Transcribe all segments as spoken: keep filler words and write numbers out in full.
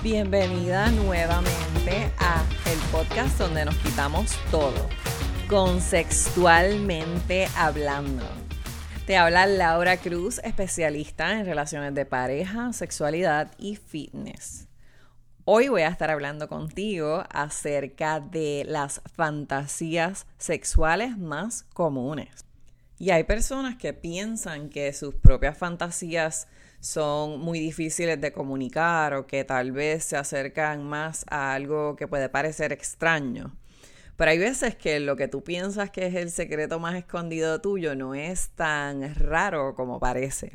Bienvenida nuevamente a el podcast donde nos quitamos todo, Consexualmente Hablando. Te habla Laura Cruz, especialista en relaciones de pareja, sexualidad y fitness. Hoy voy a estar hablando contigo acerca de las fantasías sexuales más comunes. Y hay personas que piensan que sus propias fantasías son muy difíciles de comunicar o que tal vez se acercan más a algo que puede parecer extraño. Pero hay veces que lo que tú piensas que es el secreto más escondido tuyo no es tan raro como parece.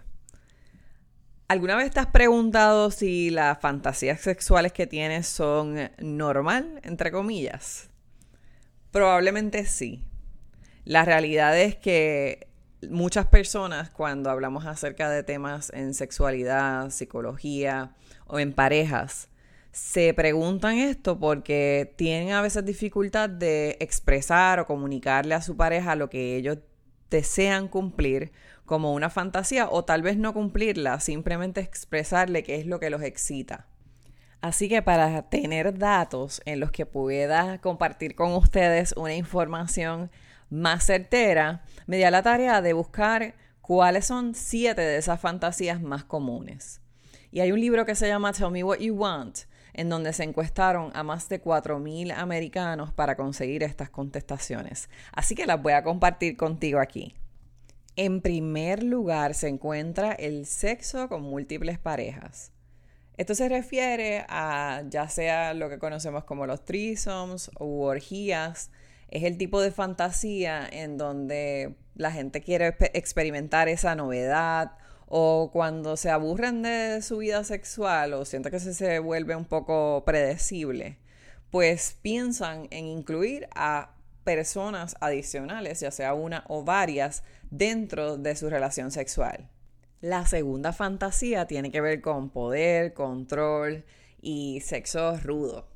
¿Alguna vez te has preguntado si las fantasías sexuales que tienes son normal, entre comillas? Probablemente sí. La realidad es que muchas personas, cuando hablamos acerca de temas en sexualidad, psicología o en parejas, se preguntan esto porque tienen a veces dificultad de expresar o comunicarle a su pareja lo que ellos desean cumplir como una fantasía, o tal vez no cumplirla, simplemente expresarle qué es lo que los excita. Así que para tener datos en los que pueda compartir con ustedes una información más certera, me di a la tarea de buscar cuáles son siete de esas fantasías más comunes. Y hay un libro que se llama Tell Me What You Want, en donde se encuestaron a más de cuatro mil americanos para conseguir estas contestaciones. Así que las voy a compartir contigo aquí. En primer lugar se encuentra el sexo con múltiples parejas. Esto se refiere a ya sea lo que conocemos como los threesomes u orgías. Es el tipo de fantasía en donde la gente quiere experimentar esa novedad, o cuando se aburren de su vida sexual o sienten que se, se vuelve un poco predecible, pues piensan en incluir a personas adicionales, ya sea una o varias, dentro de su relación sexual. La segunda fantasía tiene que ver con poder, control y sexo rudo.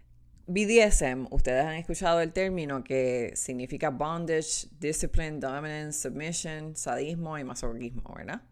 B D S M, ustedes han escuchado el término que significa bondage, discipline, dominance, submission, sadismo y masoquismo, ¿verdad?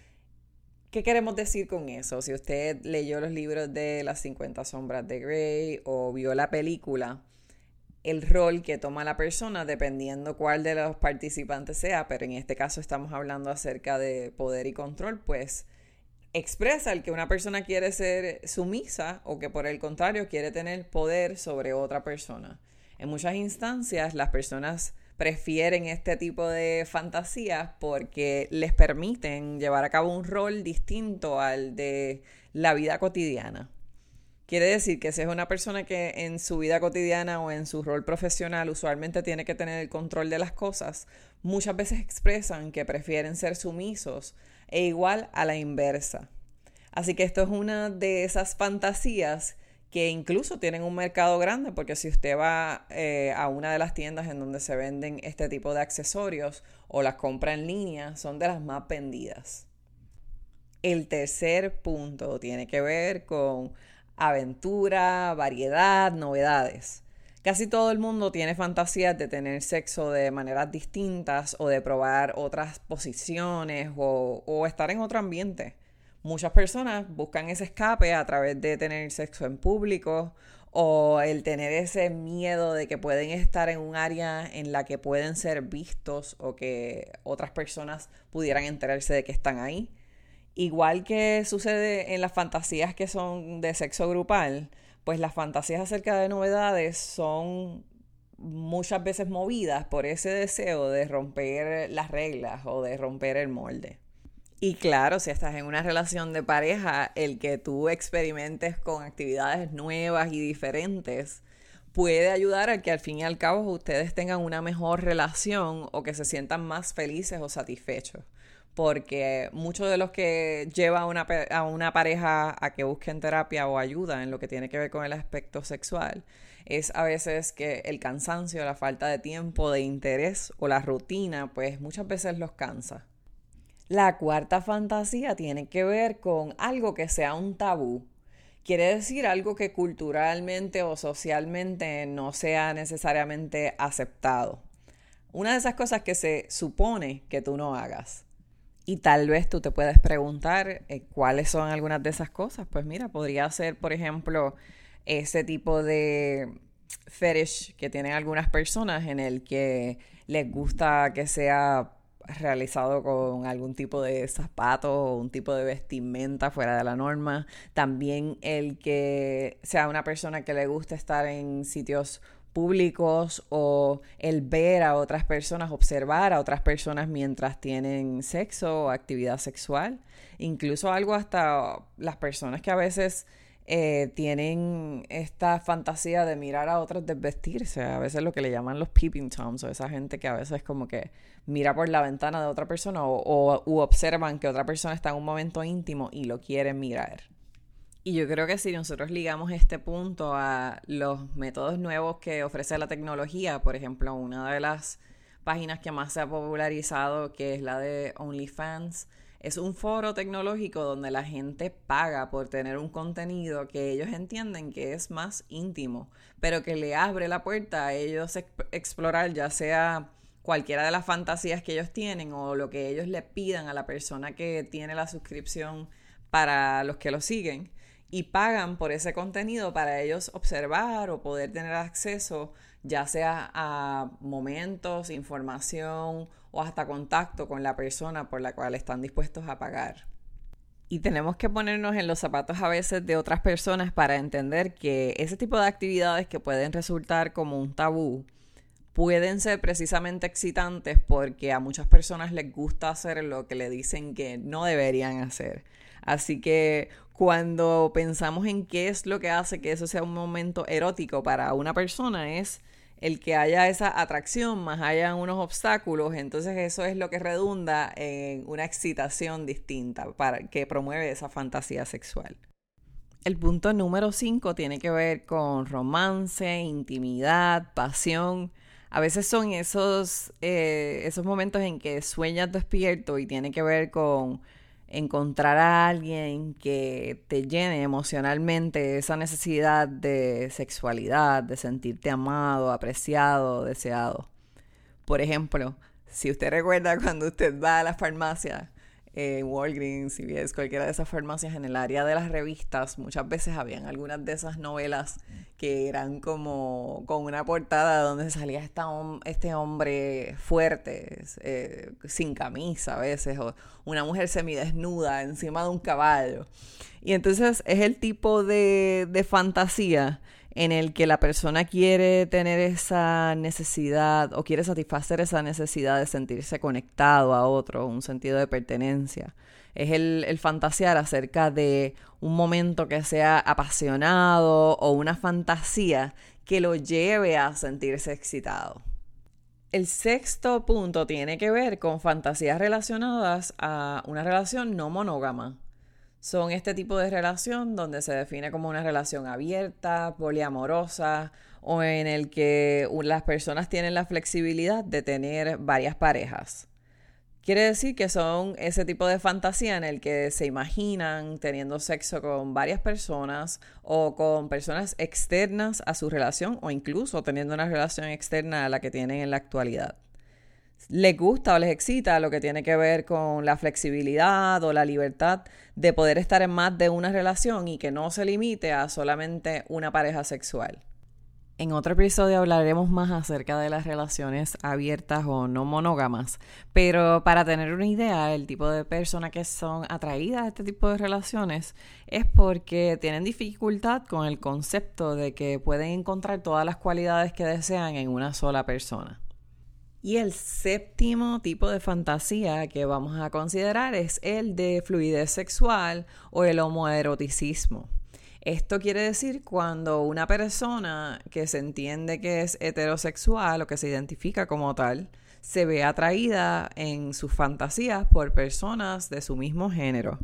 ¿Qué queremos decir con eso? Si usted leyó los libros de Las cincuenta sombras de Grey o vio la película, el rol que toma la persona dependiendo cuál de los participantes sea, pero en este caso estamos hablando acerca de poder y control, pues expresa el que una persona quiere ser sumisa o que por el contrario quiere tener poder sobre otra persona. En muchas instancias las personas prefieren este tipo de fantasías porque les permiten llevar a cabo un rol distinto al de la vida cotidiana. Quiere decir que si es una persona que en su vida cotidiana o en su rol profesional usualmente tiene que tener el control de las cosas, muchas veces expresan que prefieren ser sumisos e igual a la inversa. Así que esto es una de esas fantasías que incluso tienen un mercado grande, porque si usted va eh, a una de las tiendas en donde se venden este tipo de accesorios o las compra en línea, son de las más vendidas. El tercer punto tiene que ver con aventura, variedad, novedades. Casi todo el mundo tiene fantasías de tener sexo de maneras distintas o de probar otras posiciones o, o estar en otro ambiente. Muchas personas buscan ese escape a través de tener sexo en público o el tener ese miedo de que pueden estar en un área en la que pueden ser vistos o que otras personas pudieran enterarse de que están ahí. Igual que sucede en las fantasías que son de sexo grupal, pues las fantasías acerca de novedades son muchas veces movidas por ese deseo de romper las reglas o de romper el molde. Y claro, si estás en una relación de pareja, el que tú experimentes con actividades nuevas y diferentes puede ayudar a que al fin y al cabo ustedes tengan una mejor relación o que se sientan más felices o satisfechos. Porque muchos de los que lleva a una, a una pareja a que busquen terapia o ayuda en lo que tiene que ver con el aspecto sexual es a veces que el cansancio, la falta de tiempo, de interés o la rutina, pues muchas veces los cansa. La cuarta fantasía tiene que ver con algo que sea un tabú. Quiere decir algo que culturalmente o socialmente no sea necesariamente aceptado. Una de esas cosas que se supone que tú no hagas. Y tal vez tú te puedes preguntar eh, cuáles son algunas de esas cosas. Pues mira, podría ser, por ejemplo, ese tipo de fetish que tienen algunas personas en el que les gusta que sea realizado con algún tipo de zapato o un tipo de vestimenta fuera de la norma. También el que sea una persona que le gusta estar en sitios públicos o el ver a otras personas, observar a otras personas mientras tienen sexo o actividad sexual. Incluso algo hasta las personas que a veces eh, tienen esta fantasía de mirar a otros desvestirse, a veces lo que le llaman los peeping toms, o esa gente que a veces como que mira por la ventana de otra persona o, o u observan que otra persona está en un momento íntimo y lo quieren mirar. Y yo creo que si nosotros ligamos este punto a los métodos nuevos que ofrece la tecnología, por ejemplo, una de las páginas que más se ha popularizado, que es la de OnlyFans, es un foro tecnológico donde la gente paga por tener un contenido que ellos entienden que es más íntimo, pero que le abre la puerta a ellos exp- explorar ya sea cualquiera de las fantasías que ellos tienen o lo que ellos le pidan a la persona que tiene la suscripción para los que lo siguen y pagan por ese contenido para ellos observar o poder tener acceso ya sea a momentos, información o hasta contacto con la persona por la cual están dispuestos a pagar. Y tenemos que ponernos en los zapatos a veces de otras personas para entender que ese tipo de actividades que pueden resultar como un tabú pueden ser precisamente excitantes porque a muchas personas les gusta hacer lo que le dicen que no deberían hacer. Así que cuando pensamos en qué es lo que hace que eso sea un momento erótico para una persona es el que haya esa atracción más haya unos obstáculos, entonces eso es lo que redunda en una excitación distinta para que promueve esa fantasía sexual. El punto número cinco tiene que ver con romance, intimidad, pasión. A veces son esos, eh, esos momentos en que sueñas despierto y tiene que ver con encontrar a alguien que te llene emocionalmente esa necesidad de sexualidad, de sentirte amado, apreciado, deseado. Por ejemplo, si usted recuerda cuando usted va a la farmacia, en Walgreens, C V S, cualquiera de esas farmacias en el área de las revistas, muchas veces habían algunas de esas novelas que eran como con una portada donde salía esta hom- este hombre fuerte, eh, sin camisa a veces, o una mujer semidesnuda encima de un caballo. Y entonces es el tipo de, de fantasía en el que la persona quiere tener esa necesidad o quiere satisfacer esa necesidad de sentirse conectado a otro, un sentido de pertenencia. Es el, el fantasear acerca de un momento que sea apasionado o una fantasía que lo lleve a sentirse excitado. El sexto punto tiene que ver con fantasías relacionadas a una relación no monógama. Son este tipo de relación donde se define como una relación abierta, poliamorosa o en el que las personas tienen la flexibilidad de tener varias parejas. Quiere decir que son ese tipo de fantasía en el que se imaginan teniendo sexo con varias personas o con personas externas a su relación o incluso teniendo una relación externa a la que tienen en la actualidad. Les gusta o les excita lo que tiene que ver con la flexibilidad o la libertad de poder estar en más de una relación y que no se limite a solamente una pareja sexual. En otro episodio hablaremos más acerca de las relaciones abiertas o no monógamas, pero para tener una idea, el tipo de personas que son atraídas a este tipo de relaciones es porque tienen dificultad con el concepto de que pueden encontrar todas las cualidades que desean en una sola persona. Y el séptimo tipo de fantasía que vamos a considerar es el de fluidez sexual o el homoeroticismo. Esto quiere decir cuando una persona que se entiende que es heterosexual o que se identifica como tal, se ve atraída en sus fantasías por personas de su mismo género.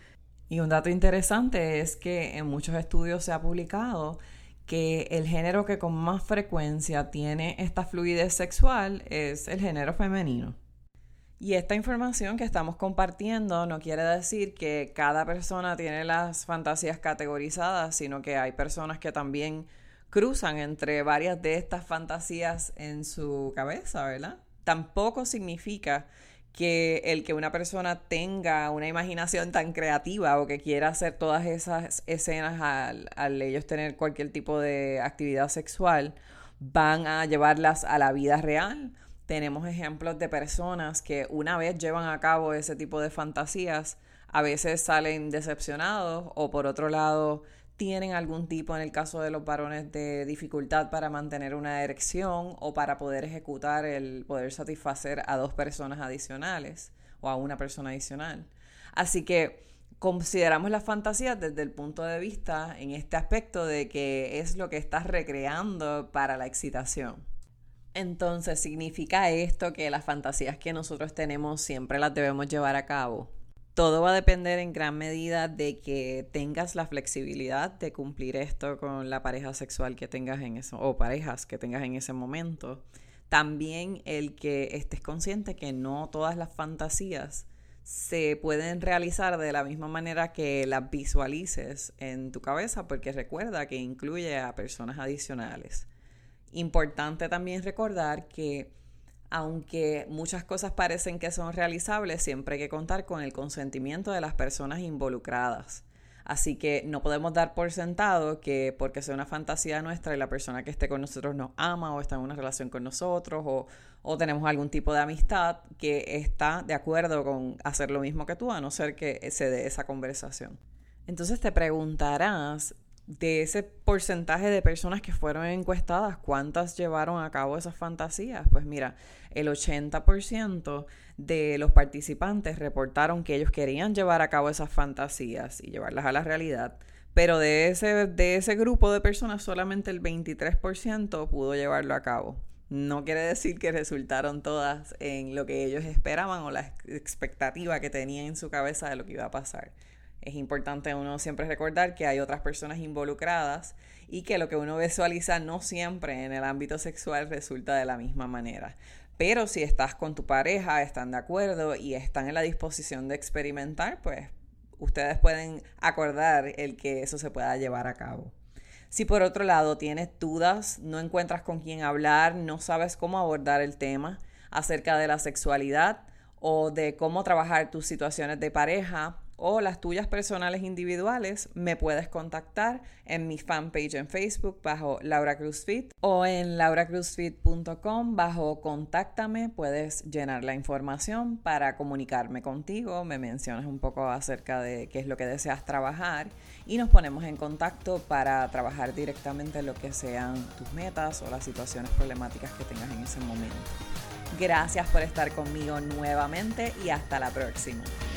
Y un dato interesante es que en muchos estudios se ha publicado que el género que con más frecuencia tiene esta fluidez sexual es el género femenino. Y esta información que estamos compartiendo no quiere decir que cada persona tiene las fantasías categorizadas, sino que hay personas que también cruzan entre varias de estas fantasías en su cabeza, ¿verdad? Tampoco significa que el que una persona tenga una imaginación tan creativa o que quiera hacer todas esas escenas al, al ellos tener cualquier tipo de actividad sexual, van a llevarlas a la vida real. Tenemos ejemplos de personas que una vez llevan a cabo ese tipo de fantasías, a veces salen decepcionados o por otro lado tienen algún tipo, en el caso de los varones, de dificultad para mantener una erección o para poder ejecutar el poder satisfacer a dos personas adicionales o a una persona adicional. Así que consideramos las fantasías desde el punto de vista en este aspecto de que es lo que estás recreando para la excitación. Entonces, ¿significa esto que las fantasías que nosotros tenemos siempre las debemos llevar a cabo? Todo va a depender en gran medida de que tengas la flexibilidad de cumplir esto con la pareja sexual que tengas en eso, o parejas que tengas en ese momento. También el que estés consciente que no todas las fantasías se pueden realizar de la misma manera que las visualices en tu cabeza, porque recuerda que incluye a personas adicionales. Importante también recordar que aunque muchas cosas parecen que son realizables, siempre hay que contar con el consentimiento de las personas involucradas. Así que no podemos dar por sentado que porque sea una fantasía nuestra y la persona que esté con nosotros nos ama o está en una relación con nosotros o, o tenemos algún tipo de amistad que está de acuerdo con hacer lo mismo que tú, a no ser que se dé esa conversación. Entonces te preguntarás, de ese porcentaje de personas que fueron encuestadas, ¿cuántas llevaron a cabo esas fantasías? Pues mira, el ochenta por ciento de los participantes reportaron que ellos querían llevar a cabo esas fantasías y llevarlas a la realidad, pero de ese, de ese grupo de personas solamente el veintitrés por ciento pudo llevarlo a cabo. No quiere decir que resultaron todas en lo que ellos esperaban o la expectativa que tenían en su cabeza de lo que iba a pasar. Es importante uno siempre recordar que hay otras personas involucradas y que lo que uno visualiza no siempre en el ámbito sexual resulta de la misma manera. Pero si estás con tu pareja, están de acuerdo y están en la disposición de experimentar, pues ustedes pueden acordar el que eso se pueda llevar a cabo. Si por otro lado tienes dudas, no encuentras con quién hablar, no sabes cómo abordar el tema acerca de la sexualidad o de cómo trabajar tus situaciones de pareja, o las tuyas personales individuales, me puedes contactar en mi fanpage en Facebook bajo Laura Cruz Fit o en laura cruz fit punto com bajo Contáctame. Puedes llenar la información para comunicarme contigo, me mencionas un poco acerca de qué es lo que deseas trabajar y nos ponemos en contacto para trabajar directamente lo que sean tus metas o las situaciones problemáticas que tengas en ese momento. Gracias por estar conmigo nuevamente y hasta la próxima.